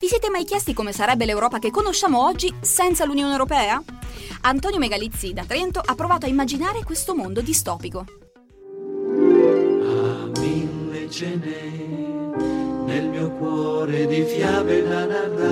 siete mai chiesti come sarebbe l'Europa che conosciamo oggi senza l'Unione Europea? Antonio Megalizzi da Trento ha provato a immaginare questo mondo distopico. A mille ce n'è nel mio cuore di fiabe da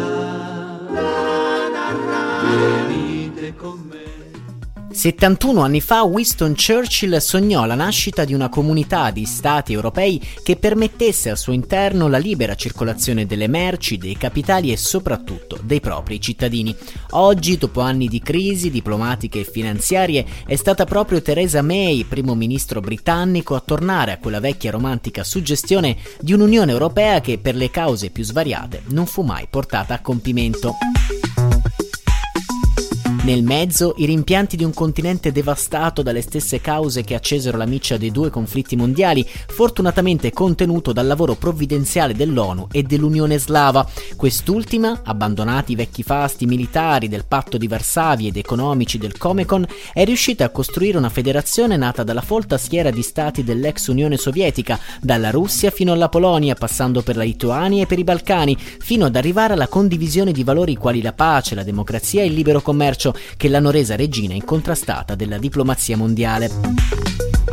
narrare. Venite con me. 71 anni fa Winston Churchill sognò la nascita di una comunità di stati europei che permettesse al suo interno la libera circolazione delle merci, dei capitali e soprattutto dei propri cittadini. Oggi, dopo anni di crisi diplomatiche e finanziarie, è stata proprio Theresa May, primo ministro britannico, a tornare a quella vecchia romantica suggestione di un'Unione Europea che, per le cause più svariate, non fu mai portata a compimento. Nel mezzo, i rimpianti di un continente devastato dalle stesse cause che accesero la miccia dei due conflitti mondiali, fortunatamente contenuto dal lavoro provvidenziale dell'ONU e dell'Unione Slava. Quest'ultima, abbandonati i vecchi fasti militari del patto di Varsavia ed economici del Comecon, è riuscita a costruire una federazione nata dalla folta schiera di stati dell'ex Unione Sovietica, dalla Russia fino alla Polonia, passando per la Lituania e per i Balcani, fino ad arrivare alla condivisione di valori quali la pace, la democrazia e il libero commercio, che l'hanno resa regina incontrastata della diplomazia mondiale.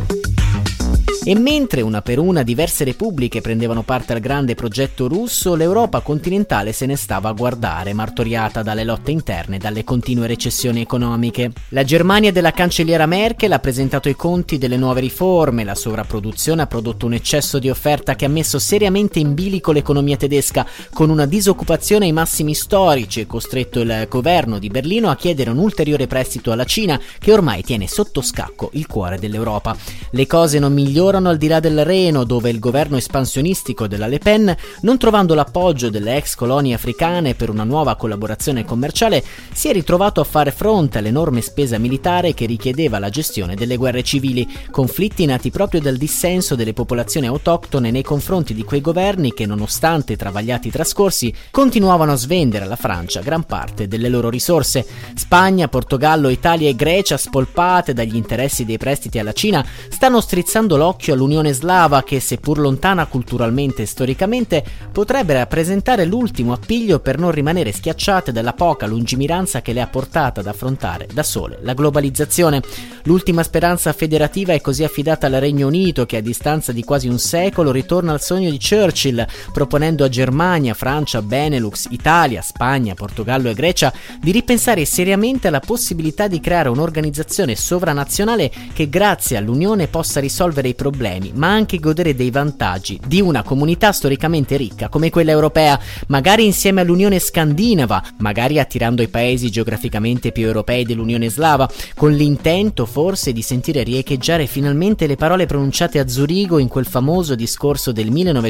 E mentre una per una diverse repubbliche prendevano parte al grande progetto russo, l'Europa continentale se ne stava a guardare, martoriata dalle lotte interne e dalle continue recessioni economiche. La Germania della cancelliera Merkel ha presentato i conti delle nuove riforme, la sovrapproduzione ha prodotto un eccesso di offerta che ha messo seriamente in bilico l'economia tedesca, con una disoccupazione ai massimi storici, e costretto il governo di Berlino a chiedere un ulteriore prestito alla Cina, che ormai tiene sotto scacco il cuore dell'Europa. Le cose non migliorano al di là del Reno, dove il governo espansionistico della Le Pen, non trovando l'appoggio delle ex colonie africane per una nuova collaborazione commerciale, si è ritrovato a fare fronte all'enorme spesa militare che richiedeva la gestione delle guerre civili, conflitti nati proprio dal dissenso delle popolazioni autoctone nei confronti di quei governi che, nonostante i travagliati trascorsi, continuavano a svendere alla Francia gran parte delle loro risorse. Spagna, Portogallo, Italia e Grecia, spolpate dagli interessi dei prestiti alla Cina, stanno strizzando l'occhio all'Unione Slava che, seppur lontana culturalmente e storicamente, potrebbe rappresentare l'ultimo appiglio per non rimanere schiacciate dalla poca lungimiranza che le ha portata ad affrontare da sole la globalizzazione. L'ultima speranza federativa è così affidata al Regno Unito, che a distanza di quasi un secolo ritorna al sogno di Churchill, proponendo a Germania, Francia, Benelux, Italia, Spagna, Portogallo e Grecia di ripensare seriamente alla possibilità di creare un'organizzazione sovranazionale che, grazie all'Unione, possa risolvere i problemi, ma anche godere dei vantaggi di una comunità storicamente ricca come quella europea, magari insieme all'Unione Scandinava, magari attirando i paesi geograficamente più europei dell'Unione Slava, con l'intento forse di sentire riecheggiare finalmente le parole pronunciate a Zurigo in quel famoso discorso del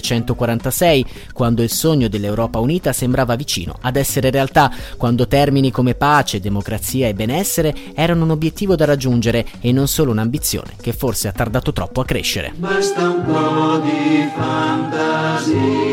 1946, quando il sogno dell'Europa unita sembrava vicino ad essere realtà, quando termini come pace, democrazia e benessere erano un obiettivo da raggiungere e non solo un'ambizione che forse ha tardato troppo a crescere. Basta un po' di fantasia.